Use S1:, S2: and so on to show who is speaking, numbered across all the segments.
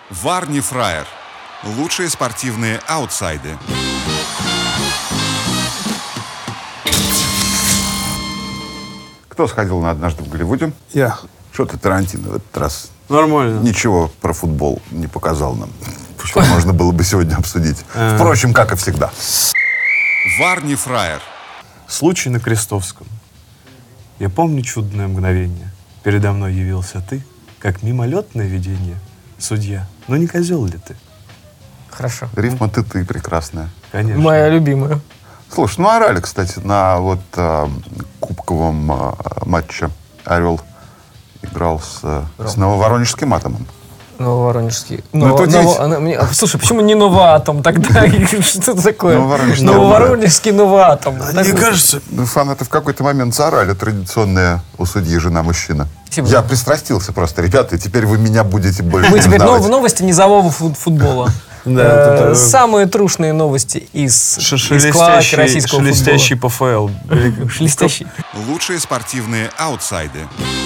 S1: Варни Фраер. Лучшие спортивные аутсайды. Кто сходил на «Однажды в Голливуде»?
S2: Я.
S1: Что-то Тарантино в этот раз
S2: Нормально.
S1: ничего про футбол не показал нам. Что можно было бы сегодня обсудить. Впрочем, как и всегда. Варни Фраер.
S2: Случай на Крестовском. Я помню чудное мгновение. Передо мной явился ты, как мимолетное видение. Судья, но не козел ли ты?
S3: Хорошо.
S1: Рифма ты прекрасная.
S2: Конечно.
S3: Моя любимая.
S1: Слушай, ну орали, кстати, на кубковом матче «Орел» играл с Нововоронежским «Атомом».
S3: Нововоронежский.
S1: Слушай,
S3: почему не Новоатом тогда? Что это такое? Нововоронежский Новоатом.
S2: Мне кажется...
S1: Фанаты в какой-то момент заорали традиционная у судьи жена-мужчина.
S3: Спасибо.
S1: Я пристрастился просто, ребята, и теперь вы меня будете больше
S3: Мы теперь
S1: узнавать.
S3: в новости низового футбола. Самые трушные новости из складки российского футбола.
S2: Шелестящий ПФЛ.
S3: Шелестящий.
S1: Лучшие спортивные аутсайды.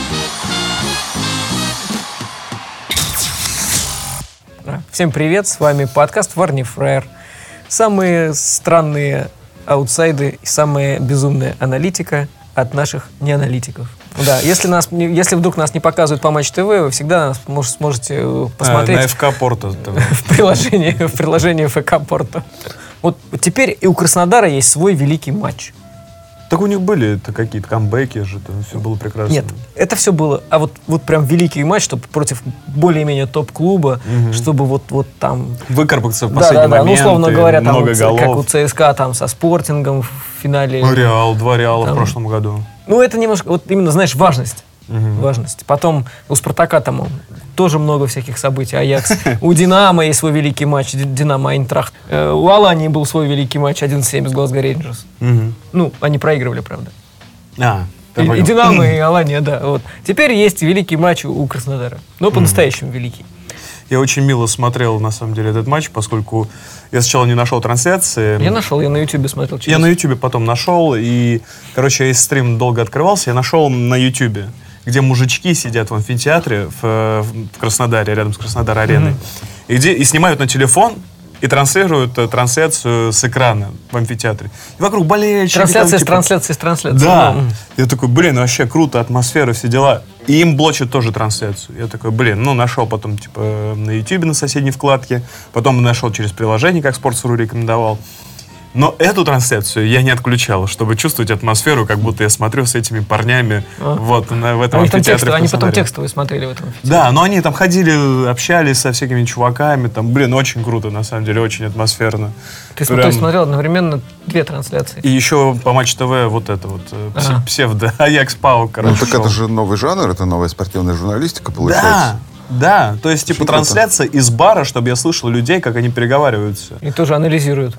S3: Всем привет, с вами подкаст Варни Фраер. Самые странные аутсайды и самая безумная аналитика от наших неаналитиков. Да, если вдруг нас не показывают по Матч ТВ, вы всегда сможете посмотреть
S2: на ФК Порто.
S3: в приложении ФК Порто. Вот теперь и у Краснодара есть свой великий матч.
S2: Так у них были-то какие-то камбэки же, там все было прекрасно.
S3: Нет, это все было, а вот прям великий матч, чтобы против более-менее топ-клуба, чтобы вот там...
S2: Выкарабкаться в последний момент,
S3: ну, условно говоря, там,
S2: много голов.
S3: как у ЦСКА там со Спортингом в финале.
S2: Реал, 2 Реала
S3: там,
S2: в прошлом году.
S3: Ну, это немножко, вот именно, знаешь, важность. Важность. Потом у «Спартака» там тоже много всяких событий. Аякс. У «Динамо» есть свой великий матч. «Динамо» Айнтрахт. У «Алании» был свой великий матч 1-7 с «Глазго Рейнджерс». Ну, они проигрывали, правда. И «Динамо», и «Алания», да. Вот. Теперь есть великий матч у Краснодара. Но по-настоящему великий.
S2: Я очень мило смотрел, на самом деле, этот матч, поскольку я сначала не нашел трансляции.
S3: Я на Ютубе смотрел.
S2: Я на Ютубе потом нашел, и, короче, стрим долго открывался, я нашел на Ютубе, где мужички сидят в амфитеатре в Краснодаре, рядом с Краснодар-ареной, и снимают на телефон, и транслируют трансляцию с экрана в амфитеатре. И вокруг болельщики.
S3: Трансляция с трансляцией.
S2: Да. Я такой, вообще круто, атмосфера, все дела. И им блочат тоже трансляцию. Я такой, нашел потом, на Ютубе на соседней вкладке. Потом нашел через приложение, как Sports.ru рекомендовал. Но эту трансляцию я не отключал, чтобы чувствовать атмосферу, как будто я смотрю с этими парнями в этом амфитеатре.
S3: Они потом текстовые смотрели в этом амфитеатре.
S2: Да, но они там ходили, общались со всякими чуваками. Там, очень круто, на самом деле, очень атмосферно.
S3: Ты смотрел одновременно 2 трансляции.
S2: И еще по Матч ТВ псевдо Аякс ПАОК.
S1: Ну так это же новый жанр, это новая спортивная журналистика получается.
S2: Да, то есть трансляция из бара, чтобы я слышал людей, как они переговариваются.
S3: И тоже анализируют.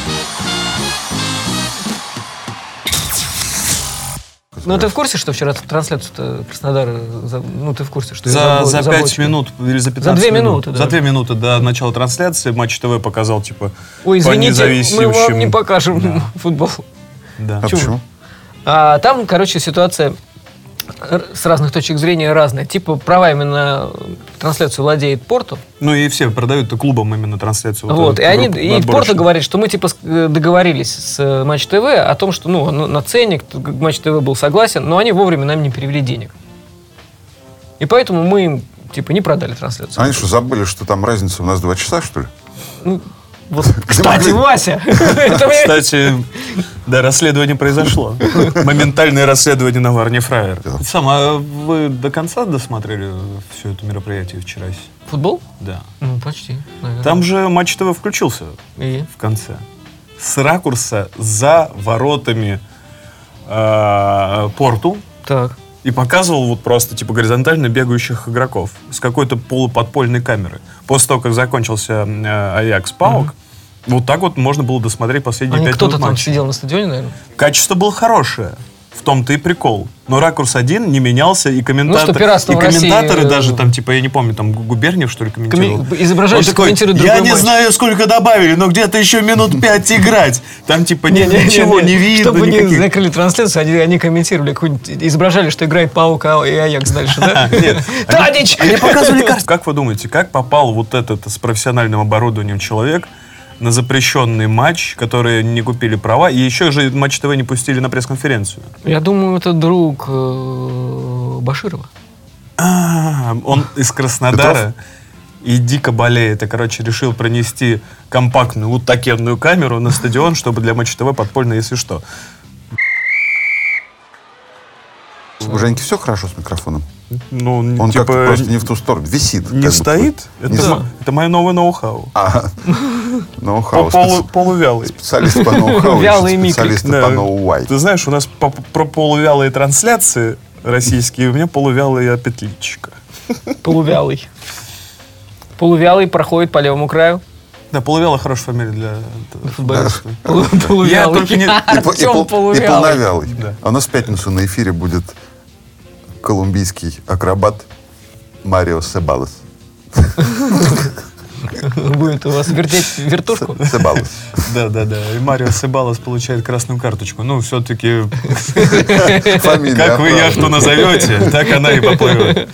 S3: Ну, ты в курсе, что вчера трансляцию Краснодара... ты в курсе, что...
S2: За 5 минут или за 15
S3: за 2 минуты, да.
S2: За 2 минуты до начала трансляции Матч ТВ показал,
S3: Ой, извините, мы вам не покажем футбол.
S2: Да.
S1: А почему?
S3: Там, ситуация с разных точек зрения разная. Правами на трансляцию владеет Порто.
S2: Ну и все продают клубам именно трансляцию.
S3: И Порто говорит, что мы договорились с Матч ТВ о том, что на ценник Матч ТВ был согласен, но они вовремя нам не перевели денег. И поэтому мы им не продали трансляцию.
S1: Они что, забыли, что там разница у нас 2 часа, что ли?
S3: Кстати, Вася!
S2: Кстати, да, расследование произошло. Моментальное расследование на Варни Фраер. А вы до конца досмотрели все это мероприятие вчера?
S3: Футбол?
S2: Да.
S3: Почти, наверное.
S2: Там же Матч ТВ включился в конце. С ракурса за воротами Порту.
S3: Так.
S2: И показывал просто горизонтально бегающих игроков с какой-то полуподпольной камеры. После того, как закончился Аякс ПАОК, вот так можно было досмотреть последние 5 минут
S3: кто-то там
S2: матча.
S3: сидел на стадионе, наверное?
S2: Качество было хорошее. В том-то и прикол. Но ракурс один не менялся, и комментаторы даже там, типа, я не помню, там Губерниев, что ли, комментировал.
S3: Изображали, что комментирует другой
S2: я не
S3: матч.
S2: знаю, сколько добавили, но где-то еще минут 5 играть. Там, типа, ничего не видно.
S3: Чтобы не
S2: никаких...
S3: закрыли трансляцию, они комментировали, изображали, что играет ПАОК и Аякс дальше, да?
S2: Нет.
S3: Тадич!
S2: Они показывали карту. Как вы думаете, как попал вот этот с профессиональным оборудованием человек на запрещенный матч, которые не купили права, и еще же Матч ТВ не пустили на пресс-конференцию?
S3: Я думаю, это друг Баширова.
S2: Он из Краснодара и дико болеет. И, короче, решил пронести компактную утакенную камеру на стадион, чтобы для Матч ТВ подпольно, если что.
S1: У Женьки все хорошо с микрофоном?
S2: Ну,
S1: Он
S2: типа,
S1: как-то просто не в ту сторону. Висит.
S2: не стоит? Это мое новое ноу-хау.
S1: Ноу-хау.
S2: Полувялый.
S1: Специалист по ноу-хау.
S3: Вялый микро.
S1: Специалист по
S2: Да.
S1: ноу-вай.
S2: Ты знаешь, у нас про полувялые трансляции российские, у меня полувялая петличка.
S3: Полувялый. Полувялый проходит по левому краю.
S2: Да, полувялая хорошая фамилия для
S3: Футболиста.
S2: Я
S3: Полувялый.
S2: только не...
S3: Артем
S1: И
S3: полувялый.
S1: полновялый.
S2: Да.
S1: А у нас в пятницу на эфире будет колумбийский акробат Марио Себалес.
S3: Будет у вас вертеть вертушку.
S1: Себалес.
S2: Да. И Марио Себалес получает красную карточку. Ну, все-таки,
S1: Фамилия
S2: как вы
S1: оправдана.
S2: яхту назовете, так она и поплывет.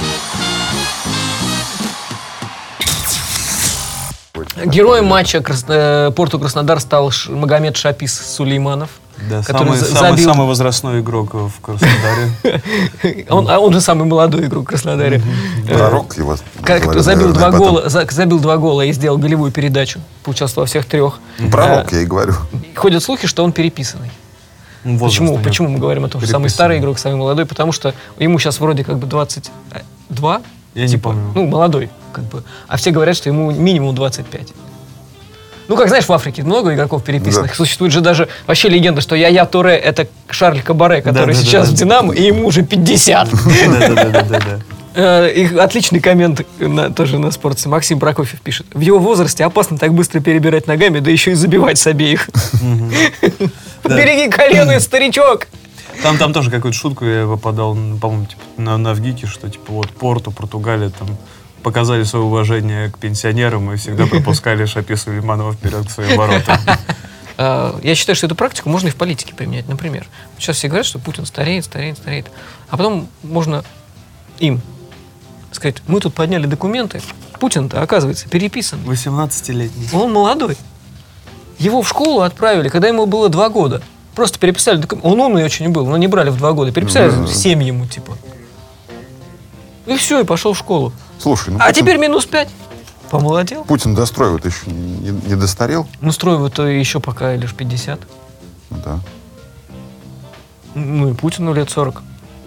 S3: Героем матча Порту-Краснодар стал Магомед Шапис Сулейманов.
S2: Да,
S3: который
S2: самый возрастной игрок в Краснодаре.
S3: Он же самый молодой игрок в Краснодаре.
S1: Пророк его.
S3: Как
S1: называли,
S3: забил
S1: наверное, потом.
S3: забил 2 гола и сделал голевую передачу. Поучаствовал во всех 3.
S1: Пророк, я и говорю.
S3: Ходят слухи, что он переписанный. Почему мы говорим о том, что самый старый игрок, самый молодой? Потому что ему сейчас вроде как бы 22.
S2: Я не помню.
S3: Ну, молодой, как бы. А все говорят, что ему минимум 25. Ну, как знаешь, в Африке много игроков переписанных.
S1: Да.
S3: Существует же даже вообще легенда, что Яя Туре — это Шарль Кабаре, который сейчас в «Динамо», и ему уже 50.
S2: Да.
S3: Их отличный коммент тоже на Спорте. Максим Прокофьев пишет. В его возрасте опасно так быстро перебирать ногами, да еще и забивать с обеих. Береги колено, старичок!
S2: Там тоже какую-то шутку я выпадал, по-моему, типа, на ВГИКе, что типа вот Порту, Португалия, там показали свое уважение к пенсионерам и всегда пропускали Шапису Лиманова вперед к своим воротам.
S3: Я считаю, что эту практику можно и в политике применять. Например, сейчас все говорят, что Путин стареет. А потом можно им сказать, мы тут подняли документы, Путин-то, оказывается, переписан.
S2: 18-летний.
S3: Он молодой. Его в школу отправили, когда ему было 2 года. Просто переписали документы. Он умный очень был, но не брали в 2 года. Переписали 7 ему, типа. И все, и пошел в школу.
S1: Слушай, ну
S3: А
S1: Путин-
S3: теперь -5. Помолодел.
S1: Путин достроивает еще не достарел.
S3: Ну, строеву-то еще пока лишь 50.
S1: Ну да.
S3: Ну, и Путину лет 40.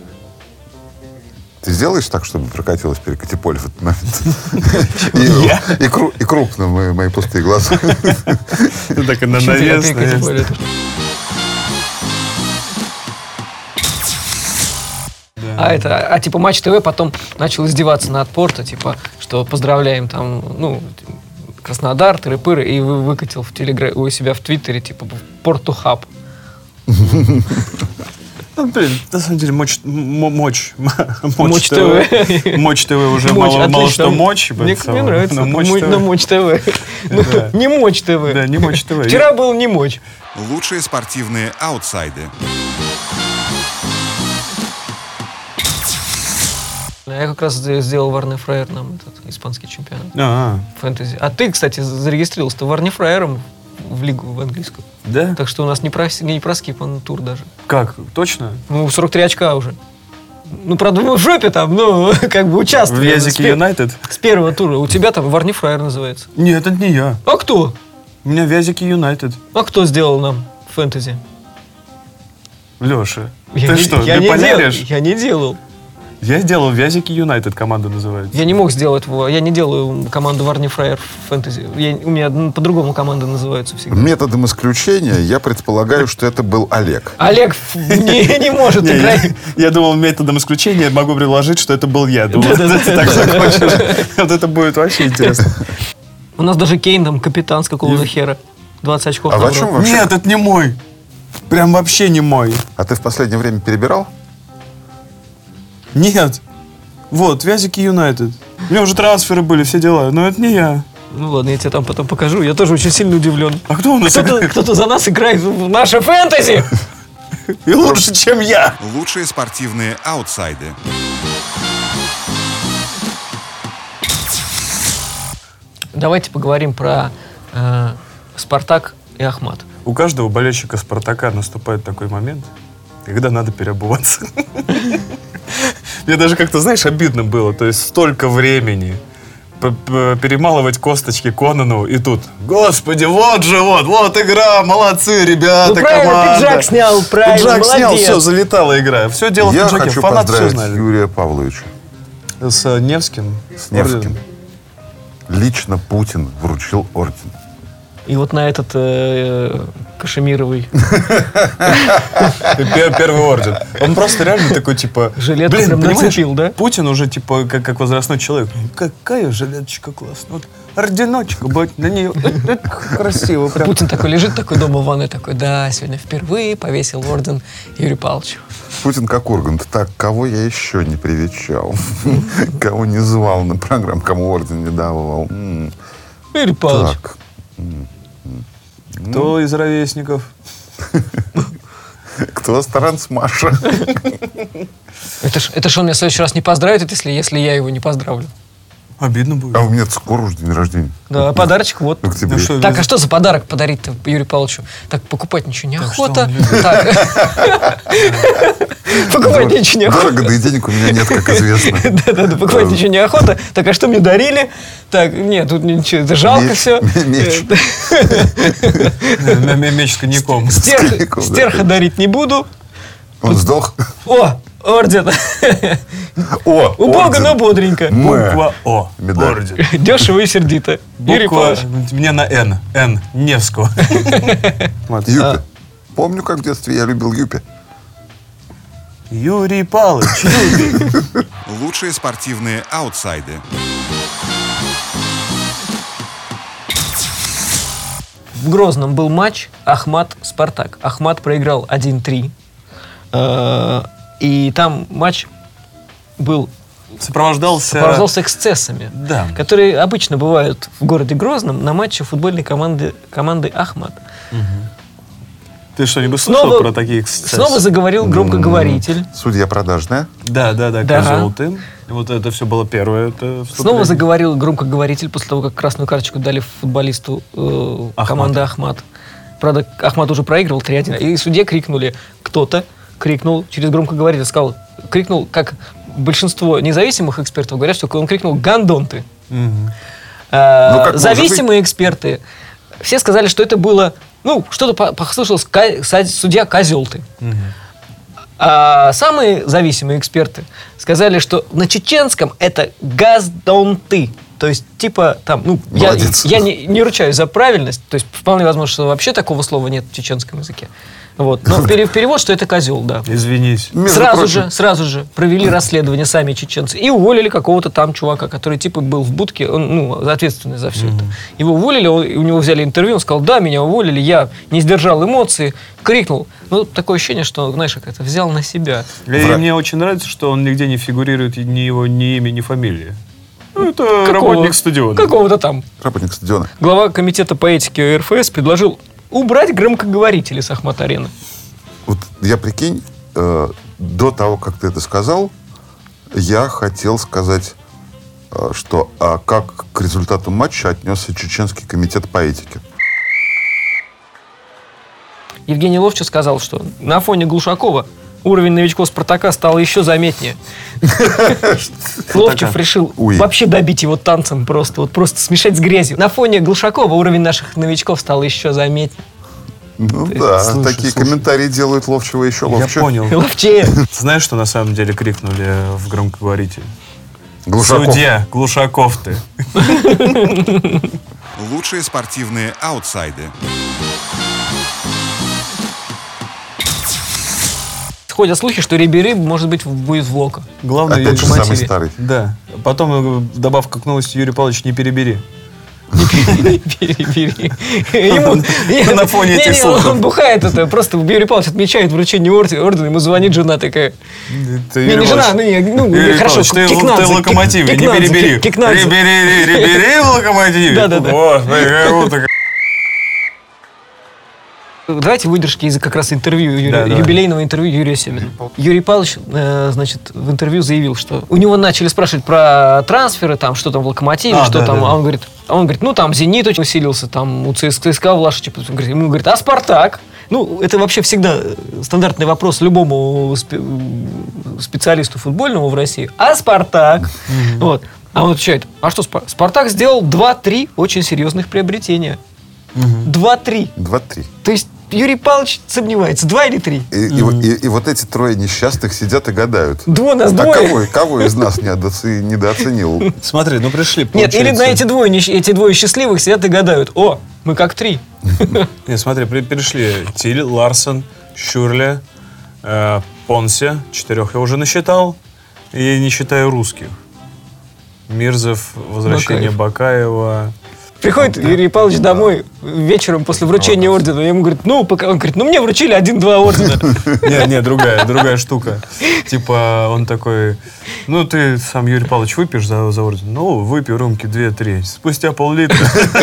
S1: Ты сделаешь так, чтобы прокатилась Перекати поле в этот момент? И крупно мои пустые глаза.
S2: Так и на
S3: Почему
S2: навес.
S3: переписать поле? А типа Матч ТВ потом начал издеваться над Порто, типа, что поздравляем там, ну, Краснодар, тыры-пыры, и выкатил в у себя в Твиттере, типа, Порту Хаб.
S2: Ну, блин, на самом деле, Мочь
S3: ТВ.
S2: Мочь ТВ уже
S3: Мочь,
S2: мало
S3: отлично.
S2: что мочь.
S3: Мне нравится.
S2: Но Мочь
S3: На
S2: ТВ.
S3: Мочь ТВ. Ну,
S2: Да.
S3: не Мочь ТВ.
S2: Да, не Мочь ТВ.
S3: Вчера был не Мочь.
S1: Лучшие спортивные аутсайды.
S3: Я как раз сделал Варне Фраер нам этот испанский чемпионат.
S2: А,
S3: Фэнтези. А ты, кстати, зарегистрировался-то Варне Фраером в лигу, в английскую.
S2: да?
S3: Так что у нас не проскипан тур даже.
S2: Как? Точно?
S3: Ну, 43 очка уже. Ну, правда, мы в жопе там, ну, как бы
S2: В
S3: участвуем.
S2: Вязике Юнайтед?
S3: С первого тура. У тебя там Варни Фраер называется.
S2: Нет, это не я.
S3: А кто?
S2: У меня Вязике Юнайтед.
S3: А кто сделал нам фэнтези?
S2: Леша,
S3: Я
S2: ты
S3: не-
S2: что,
S3: я
S2: не
S3: не
S2: поверишь?
S3: делал. Я не делал.
S2: Я сделал Вязике Юнайтед, команда называется.
S3: Я не мог сделать его. Я не делаю команду Варни Фраер в фэнтези. У меня по-другому команды называются всегда.
S1: Методом исключения я предполагаю, что это был Олег.
S3: Олег не может
S2: Не,
S3: играть.
S2: я думал, методом исключения могу предложить, что это был я. Думал, ты так закончишь. Вот это будет вообще интересно.
S3: У нас даже Кейн там капитан с какого-то хера. 20 очков
S1: А
S3: набрал.
S1: в чем вообще?
S2: Нет, это не мой. Прям вообще не мой.
S1: А ты в последнее время перебирал?
S2: Нет. Вот, Вязики Юнайтед. У меня уже трансферы были, все дела. Но это не я.
S3: Ну ладно, я тебе там потом покажу. Я тоже очень сильно удивлен.
S2: А кто у нас играет?
S3: Кто-то за нас играет в наше фэнтези.
S2: И лучше, чем я.
S1: Лучшие спортивные аутсайды.
S3: Давайте поговорим про Спартак и Ахмат.
S2: У каждого болельщика Спартака наступает такой момент, когда надо переобуваться. Мне даже как-то, знаешь, обидно было. То есть столько времени перемалывать косточки Конану, и тут, господи, вот же, вот игра, молодцы, ребята,
S3: Ну правильно,
S2: команда.
S3: пиджак снял, правильно,
S2: Пиджак снял,
S3: молодец.
S2: все, залетала игра. Все дело в
S1: Я
S2: пиджаке,
S1: хочу
S2: фанаты все
S1: поздравить
S2: знали.
S1: Юрия Павловича
S2: С Невским.
S1: с Невским. Лично Путин вручил орден.
S3: И вот на этот кашемировый
S2: Первый орден. Он просто реально такой, типа...
S3: жилет
S2: блин,
S3: прям
S2: понимаешь,
S3: нацепил, да?
S2: Путин уже, типа, как возрастной человек. Какая жилеточка классная. Вот орденочка, бать, на нее. Это красиво прям.
S3: Путин такой лежит такой дома в ванной, такой, да, сегодня впервые повесил орден Юрию Павловичу.
S1: Путин как Ургант. Так, кого я еще не привечал? Кого не звал на программу, кому орден не давал?
S3: Юрий Павлович.
S1: Так.
S2: Кто из ровесников?
S1: Кто Маша?
S3: Это ж он меня в следующий раз не поздравит, если я его не поздравлю.
S2: Обидно будет.
S1: А у меня скоро уже день рождения.
S3: Да, подарочек вот.
S1: В октябре.
S2: Ну что,
S3: Так, а что за подарок подарить-то Юрию Павловичу? Так, покупать ничего неохота.
S2: что он любит?
S3: Так. Покупать ничего неохота.
S1: Дорого, да и денег у меня нет, как известно.
S3: Да, покупать ничего неохота. Так, а что мне дарили? Так, нет, тут ничего, это жалко
S1: Меч.
S3: все.
S1: Меч.
S2: Меч с коньяком.
S1: коньяком, да.
S3: Стерха дарить не буду.
S1: Он сдох.
S3: О, орден.
S1: О,
S3: Убого,
S1: орден.
S3: но бодренько.
S2: Буква О.
S1: Медаль.
S2: Орден.
S3: Дешево и сердито. Юрий
S2: Буква
S3: Павлович.
S2: мне на Н. Н. Невского. Вот.
S1: Юпи. Помню, как в детстве я любил Юпи.
S2: Юрий Павлович. Юпи.
S1: Лучшие спортивные аутсайды.
S3: В Грозном был матч Ахмат-Спартак. Ахмат проиграл 1-3. И там матч был сопровождался эксцессами,
S2: Да.
S3: которые обычно бывают в городе Грозном на матче футбольной команды Ахмат.
S2: Ты что-нибудь слышал про такие эксцессы?
S3: Снова заговорил громкоговоритель.
S1: Судья продажная.
S2: Да,
S3: Да.
S2: козел ты. Вот это все было первое. Это
S3: Снова заговорил громкоговоритель после того, как красную карточку дали футболисту команды Ахмат. Правда, Ахмат уже проигрывал 3-1. И судье кто-то крикнул через громкоговоритель, крикнул, как большинство независимых экспертов говорят, что он крикнул «Гандон ты».
S1: как
S3: Зависимые эксперты все сказали, что это было, что-то послышалось, судья «Козел ты». А самые зависимые эксперты сказали, что на чеченском это «газдон-ты». То есть, типа, там, я не ручаюсь за правильность. То есть, вполне возможно, что вообще такого слова нет в чеченском языке. Вот. Но перевод, что это козел, да.
S2: Извинись.
S3: Сразу же провели расследование сами чеченцы и уволили какого-то там чувака, который типа был в будке, он ответственный за все это. Его уволили, у него взяли интервью, он сказал, да, меня уволили, я не сдержал эмоции, крикнул. Такое ощущение, что, знаешь, как это, взял на себя.
S2: И мне очень нравится, что он нигде не фигурирует ни его ни имя, ни фамилия. Это работник стадиона.
S3: Какого-то там.
S1: Работник стадиона.
S3: Глава комитета по этике РФС предложил убрать громкоговорители с Ахмат-арены.
S1: Вот я, прикинь, до того, как ты это сказал, я хотел сказать, что как к результату матча отнесся Чеченский комитет по этике.
S3: Евгений Ловчев сказал, что на фоне Глушакова уровень новичков «Спартака» стал еще заметнее. Ловчев решил вообще добить его танцем просто смешать с грязью. На фоне Глушакова уровень наших новичков стал еще заметнее.
S1: Такие комментарии делают Ловчева еще ловче.
S2: Я понял.
S3: Ловчее.
S2: Знаешь, что на самом деле крикнули в громкоговоритель?
S1: Глушаков.
S2: Судья, Глушаков ты.
S1: Лучшие спортивные аутсайды.
S3: Ходят слухи, что Рибери, может быть, будет в Локо.
S2: Главное,
S1: Опять же, самый
S3: локомотиве.
S1: старый.
S2: Да. Потом добавка к новости: Юрий Павлович, не перебери.
S3: Не перебери.
S2: На фоне этих слов.
S3: Он бухает это. Просто Юрий Павлович отмечает вручение ордена, ему звонит жена такая. Не жена, хорошо,
S2: ты в Локомотиве, не перебери. Перебери в Локомотиве.
S3: Да. Давайте выдержки из как раз интервью, юбилейного интервью Юрия Семина. Юрий Павлович, значит, в интервью заявил, что у него начали спрашивать про трансферы, там, что там в Локомотиве, что там. А он говорит, ну, там Зенит очень усилился, там у ЦСКА Влашича. Ему говорит, а Спартак? Ну, это вообще всегда стандартный вопрос любому специалисту футбольному в России. А Спартак? Вот. А он отвечает, а что Спартак сделал 2-3 очень серьезных приобретения. 2-3. То есть Юрий Павлович сомневается, 2 или 3.
S1: И вот эти трое несчастных сидят и гадают.
S3: Нас двое.
S1: Кого из нас недооценил?
S2: Смотри, получается.
S3: Нет, или на эти двое счастливых сидят и гадают. О, мы как 3.
S2: Нет, смотри, перешли Тиль, Ларсен, Шюрле, Понсе. 4 я уже насчитал. И не считаю русских. Мирзов, возвращение Бакаева.
S3: Приходит Юрий Павлович домой вечером после вручения ордена, и ему говорит, он говорит, мне вручили 1-2 ордена.
S2: Нет, другая штука. Типа, он такой, ты сам, Юрий Павлович, выпьешь за орден? Выпью рюмки 2-3. Спустя пол-литра.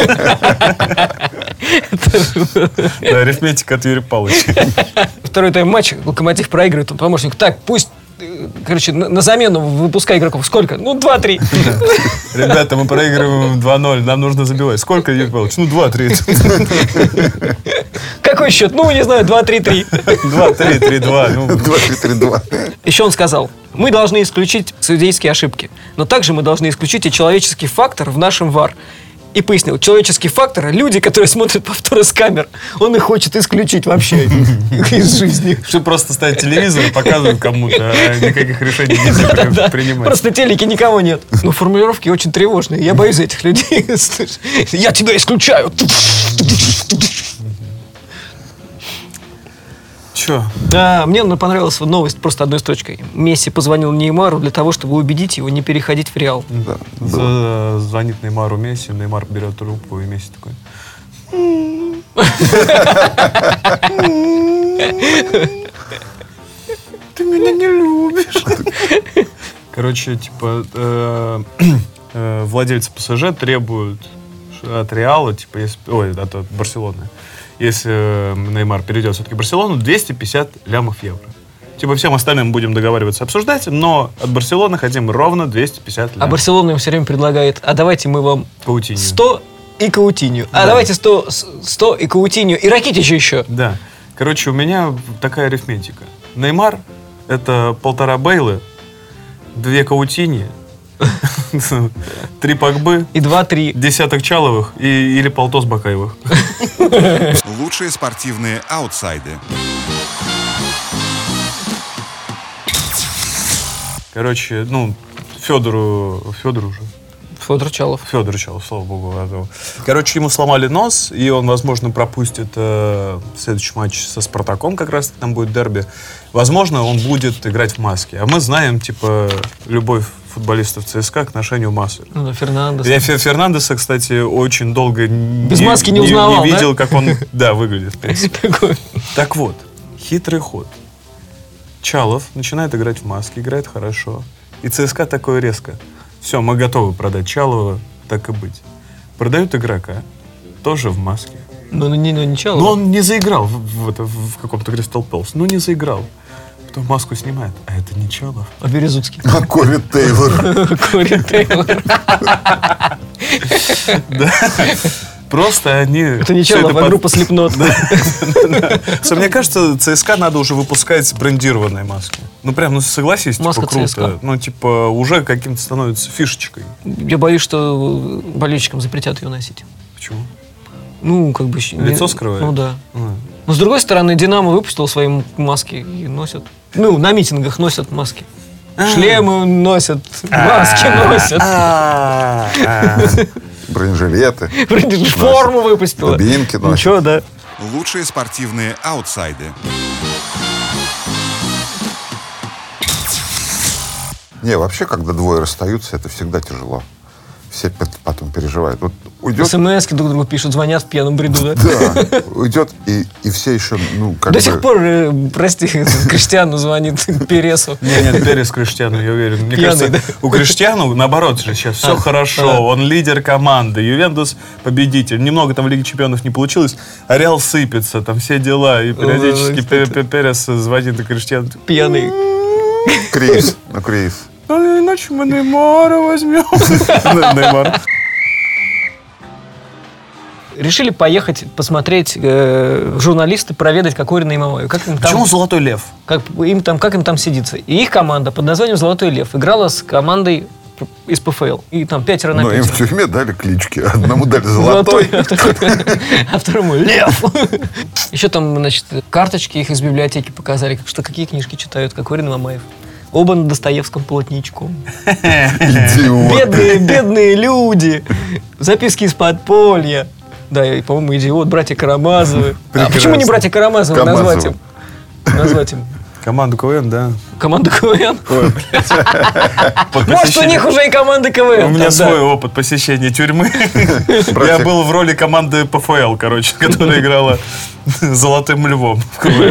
S2: Да, арифметика от Юрия Павловича.
S3: Второй тайм-матч, Локомотив проигрывает, помощник, так, пусть на замену выпускай игроков. Сколько? 2-3.
S2: Ребята, мы проигрываем 2-0, нам нужно забивать. Сколько, Юрий Павлович? 2-3.
S3: Какой счет? Не знаю, 2-3-3.
S2: 2-3-3-2.
S1: 2-3-3-2.
S3: Еще он сказал, мы должны исключить судейские ошибки, но также мы должны исключить и человеческий фактор в нашем ВАР. И пояснил, человеческий фактор, люди, которые смотрят повторы с камер, он их хочет исключить вообще из жизни.
S2: Чтобы просто ставить телевизор и показывать кому-то, а никаких решений нельзя принимать.
S3: Просто телеки никого нет. Формулировки очень тревожные. Я боюсь этих людей. Я тебя исключаю.
S2: Че?
S3: Мне понравилась новость просто одной строчкой. Месси позвонил Неймару для того, чтобы убедить его не переходить в Реал.
S1: Да.
S2: Звонит Неймару Месси, Неймар берет трубку, и Месси такой... Ты меня не любишь. Короче, владельцы ПСЖ требуют от Реала, от Барселоны, если Неймар перейдет все-таки в Барселону, 250 лямов евро. Всем остальным будем договариваться, обсуждать, но от Барселоны хотим ровно 250 лямов.
S3: А Барселона им все время предлагает, а давайте мы вам
S2: Каутинью.
S3: 100 и Каутинью. А давайте 100 и Каутинью, и Ракитича еще.
S2: Да. Короче, у меня такая арифметика. Неймар — это 1,5 Бейлы, 2 Каутиньи, 3 Погбы
S3: и 2-3
S2: десяток Чаловых или полтос Бакаевых.
S4: Лучшие спортивные аутсайды.
S2: Короче, Федор Чалов, слава богу. Короче, ему сломали нос, и он, возможно, пропустит следующий матч со Спартаком, как раз там будет дерби. Возможно, он будет играть в маске. А мы знаем, любовь футболистов ЦСКА к ношению маски. Я Фернандеса, кстати, очень долго
S3: без маски не узнавал,
S2: не видел, как он выглядит, в принципе. Так вот, хитрый ход. Чалов начинает играть в маске, играет хорошо. И ЦСКА такое резко. Все, мы готовы продать Чалова, так и быть. Продают игрока, тоже в маске.
S3: Но не Чалов.
S2: Но он не заиграл в каком-то Кристал Пэлас. Не заиграл. Потом маску снимает. А это не Чалов.
S3: А Березутский.
S1: А Кори Тейлор.
S3: Кори Тейлор.
S2: Да. Просто они...
S3: Это не Чалов, а группа Slipknot.
S2: Мне кажется, ЦСКА надо уже выпускать брендированные маски. Согласись, круто. Уже каким-то становится фишечкой.
S3: Я боюсь, что болельщикам запретят ее носить.
S2: Почему?
S3: Лицо
S2: скрывает?
S3: Да. Но с другой стороны, Динамо выпустил свои маски и носят. На митингах носят маски. Шлемы носят, маски носят.
S1: Бронежилеты.
S3: Форму выпустила.
S1: Дубинки носят.
S3: Ничего, да.
S4: Лучшие спортивные аутсайды.
S1: Вообще, когда двое расстаются, это всегда тяжело. все потом переживают. Вот уйдет...
S3: СМС-ки друг другу пишут, звонят в пьяном бреду, да?
S1: Да, уйдет, и все еще,
S3: До сих пор, прости, Криштиану звонит Пересу.
S2: Нет, Перес Криштиану, я уверен. Мне
S3: Пьяный,
S2: кажется, у Криштиану, наоборот же, сейчас все хорошо. Он лидер команды. Ювентус победитель. Немного там в Лиге Чемпионов не получилось. А Реал сыпется, там все дела. И периодически Перес звонит Криштиану.
S3: Пьяный.
S1: Криз.
S2: Ну, иначе мы Неймара возьмем. Неймар.
S3: Решили поехать посмотреть журналисты, проведать Кокорина и Мамаю. Как им там,
S2: Почему «Золотой лев»?
S3: как им там сидится. И их команда под названием «Золотой лев» играла с командой из ПФЛ. И там 5 на 5.
S1: Но им в тюрьме дали клички. Одному дали золотой.
S3: А второму лев. Еще там, значит, карточки их из библиотеки показали, что какие книжки читают Кокорин и Мамаев. Оба на Достоевском плотничком.
S1: Идиоты.
S3: Бедные люди. Записки из подполья. Да, и, по-моему, идиот, братья Карамазовы. А почему не братья Карамазовы назвать им?
S2: Команду КВН, да.
S3: Команду КВН? Может, у них уже и команда КВН.
S2: У меня свой опыт посещения тюрьмы. Я был в роли команды ПФЛ, короче, которая играла «Золотым львом» в КВН.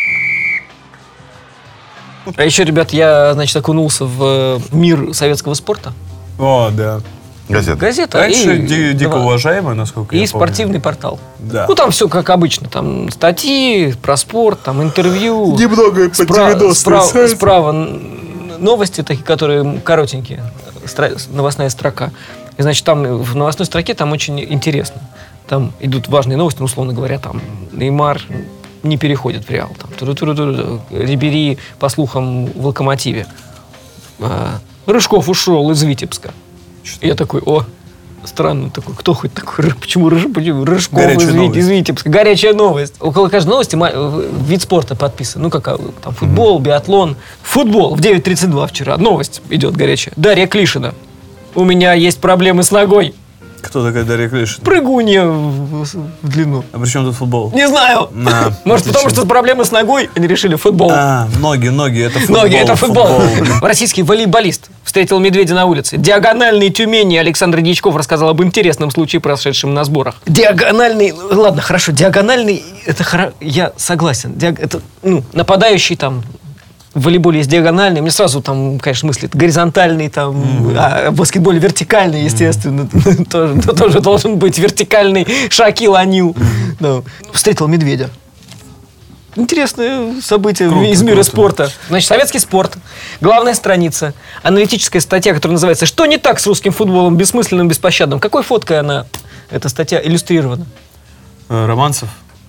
S3: А еще, ребят, я, значит, окунулся в мир советского спорта.
S2: О, да.
S1: Газета.
S2: Раньше
S3: и
S2: дико уважаемый, насколько я
S3: и
S2: помню.
S3: спортивный портал.
S2: Да.
S3: Ну, там все как обычно. Там статьи про спорт, там интервью.
S2: Немного по 90-е
S3: Справа новости такие, которые коротенькие. Новостная строка. И, значит, там в новостной строке там очень интересно. Там идут важные новости, условно говоря, там Неймар не переходит в Реал. Там, Рибери, по слухам, в Локомотиве. Рыжков ушел из Витебска. Я такой, странно такой, кто хоть такой, почему Рыжков из Витебска? Горячая новость. Около каждой новости вид спорта подписан. Ну, как там футбол, биатлон. Футбол в 9:32 вчера. Новость идет горячая. Дарья Клишина. У меня есть проблемы с ногой.
S2: Кто такая Дарья Клишина?
S3: Прыгунья в длину.
S2: А при чем тут футбол?
S3: Не знаю. Может, потому что проблемы с ногой, они решили футбол.
S2: Ноги, это футбол.
S3: Ноги, это футбол. Российский волейболист встретил медведя на улице. Диагональный Тюмени Александр Дьячков рассказал об интересном случае, прошедшем на сборах. Диагональный, ладно, хорошо, диагональный, это я согласен. Это, нападающий там, в волейболе есть диагональный, мне сразу там, конечно, мыслит горизонтальный, там, а в баскетболе вертикальный, естественно, тоже должен быть вертикальный Шакил Анил. Встретил медведя. Интересное событие из мира спорта. Значит, советский спорт. Главная страница. Аналитическая статья, которая называется «Что не так с русским футболом, бессмысленным, беспощадным?» Какой фоткой эта статья иллюстрирована?
S2: Романцев?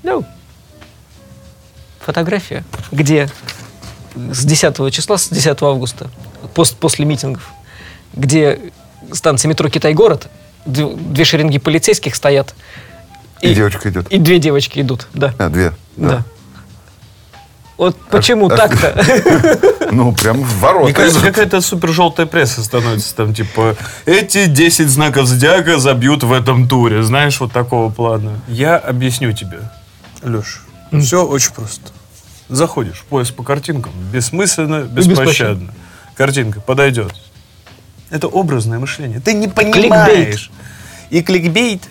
S3: Фотография, где с 10 числа, с 10 августа, после митингов, где станция метро Китай-город, две шеренги полицейских стоят.
S1: И девочка идет.
S3: И две девочки идут, да.
S1: Две.
S3: Да. Вот почему так-то?
S1: Прям в ворота.
S2: Мне кажется, какая-то супер желтая пресса становится там, типа, эти 10 знаков зодиака забьют в этом туре. Знаешь, вот такого плана. Я объясню тебе, Леш. Все очень просто. Заходишь в поиск по картинкам. Бессмысленно, беспощадно. Картинка подойдет. Это образное мышление. Ты не понимаешь. И кликбейт.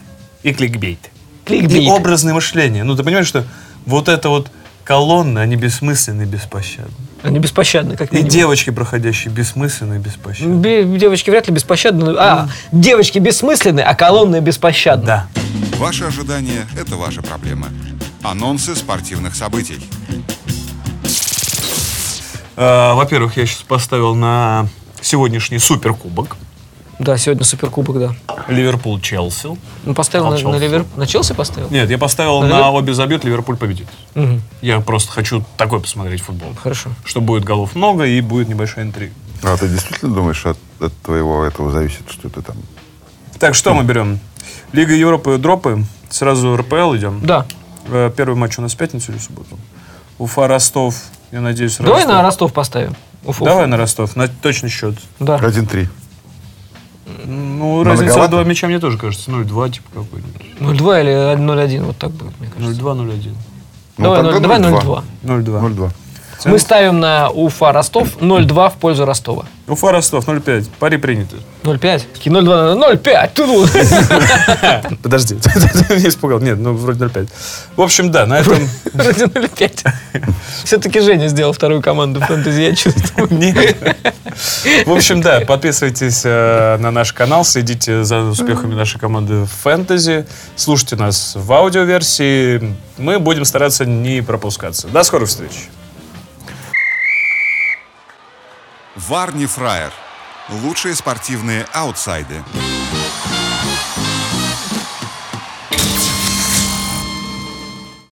S2: И образное мышление. Ты понимаешь, что вот это вот колонны, они бессмысленны и беспощадны.
S3: Они беспощадны, как минимум.
S2: И девочки, проходящие, бессмысленны и беспощадны.
S3: Девочки вряд ли беспощадны. Девочки бессмысленны, а колонны беспощадны.
S2: Да.
S4: Ваши ожидания – это ваша проблема. Анонсы спортивных событий.
S2: Во-первых, я сейчас поставил на сегодняшний суперкубок.
S3: Да, сегодня суперкубок, да.
S2: Ливерпуль-Челси.
S3: Поставил на Ливерпуль. На Челси поставил?
S2: Нет, я поставил на обе забьют, Ливерпуль победит.
S3: Угу.
S2: Я просто хочу такой посмотреть футбол.
S3: Хорошо.
S2: Что будет голов много и будет небольшая интрига.
S1: А ты действительно думаешь, от твоего этого зависит, что ты там...
S2: Так, что мы берем? Лига Европы, дропы. Сразу РПЛ идем.
S3: Да.
S2: Первый матч у нас в пятницу или в субботу. Уфа, Ростов. Я надеюсь, Ростов.
S3: Давай на Ростов поставим.
S2: Давай на Ростов, на точный счет.
S3: Да.
S1: 1-3.
S2: Разница в 2 мяча, мне тоже кажется. 0-2 типа какой-нибудь.
S3: 0-2 или 0-1, вот так будет, мне кажется.
S2: 0-2, 0-1.
S3: Давай 0-2.
S2: 0-2.
S3: Мы ставим на Уфа-Ростов 0-2 в пользу Ростова.
S2: Уфа-Ростов 0-5. Пари принято.
S3: 0-5? 0-2, 0-5!
S2: Подожди, ты меня испугал. Нет, ну вроде 0-5. В общем, да, на этом...
S3: Вроде 0-5. Все-таки Женя сделал вторую команду фэнтези, я чувствую.
S2: Нет. В общем, да, подписывайтесь на наш канал, следите за успехами нашей команды в фэнтези, слушайте нас в аудиоверсии. Мы будем стараться не пропускаться. До скорых встреч.
S4: Варни Фраер. Лучшие спортивные аутсайды.